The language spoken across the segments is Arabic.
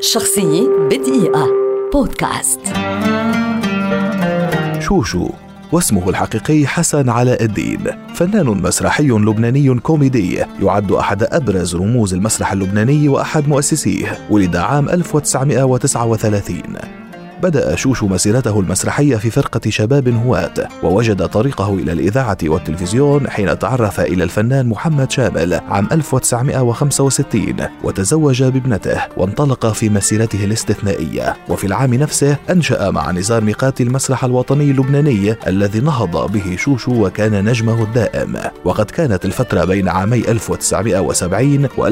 شخصية بدقيقة بودكاست. شوشو واسمه الحقيقي حسن علاء الدين، فنان مسرحي لبناني كوميدي يعد أحد أبرز رموز المسرح اللبناني وأحد مؤسسيه. ولد عام 1939. بدأ شوشو مسيرته المسرحية في فرقة شباب هواة، ووجد طريقه إلى الإذاعة والتلفزيون حين تعرف إلى الفنان محمد شامل عام 1965 وتزوج بابنته، وانطلق في مسيرته الاستثنائية. وفي العام نفسه أنشأ مع نزار ميقاتي المسرح الوطني اللبناني الذي نهض به شوشو وكان نجمه الدائم. وقد كانت الفترة بين عامي 1970 و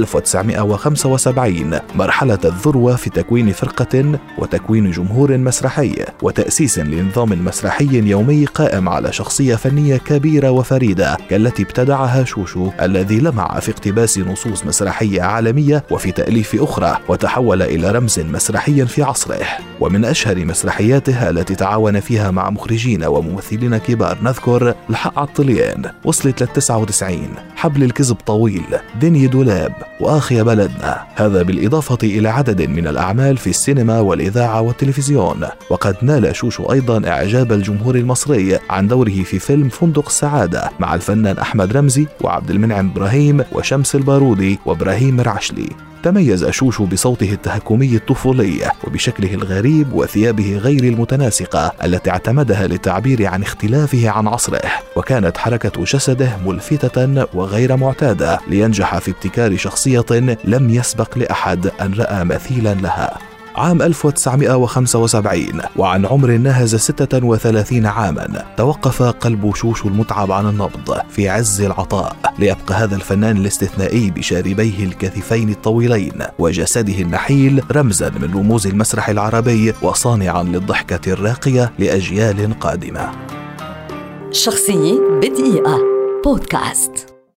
1975 مرحلة الذروة في تكوين فرقة وتكوين جمهور مسرحي وتأسيس لنظام مسرحي يومي قائم على شخصية فنية كبيرة وفريدة كالتي ابتدعها شوشو، الذي لمع في اقتباس نصوص مسرحية عالمية وفي تأليف أخرى، وتحول إلى رمز مسرحي في عصره. ومن أشهر مسرحياته التي تعاون فيها مع مخرجين وممثلين كبار نذكر الحق عالطليان، وصلت لل99، حبل الكذب طويل، دنيا دولاب، وآخي بلدنا. هذا بالإضافة إلى عدد من الأعمال في السينما والإذاعة والتلفزيون. وقد نال شوشو أيضا إعجاب الجمهور المصري عن دوره في فيلم فندق السعادة مع الفنان أحمد رمزي وعبد المنعم إبراهيم وشمس البارودي وإبراهيم الرعشلي. تميز شوشو بصوته التهكمي الطفولي وبشكله الغريب وثيابه غير المتناسقة التي اعتمدها للتعبير عن اختلافه عن عصره، وكانت حركة جسده ملفتة وغير معتادة لينجح في ابتكار شخصية لم يسبق لأحد أن رأى مثيلا لها. عام 1975 وعن عمر ناهز 36 عاما توقف قلب شوشو المتعب عن النبض في عز العطاء، ليبقى هذا الفنان الاستثنائي بشاربيه الكثيفين الطويلين وجسده النحيل رمزا من رموز المسرح العربي وصانعا للضحكة الراقية لأجيال قادمة. شخصية بدقيقة بودكاست.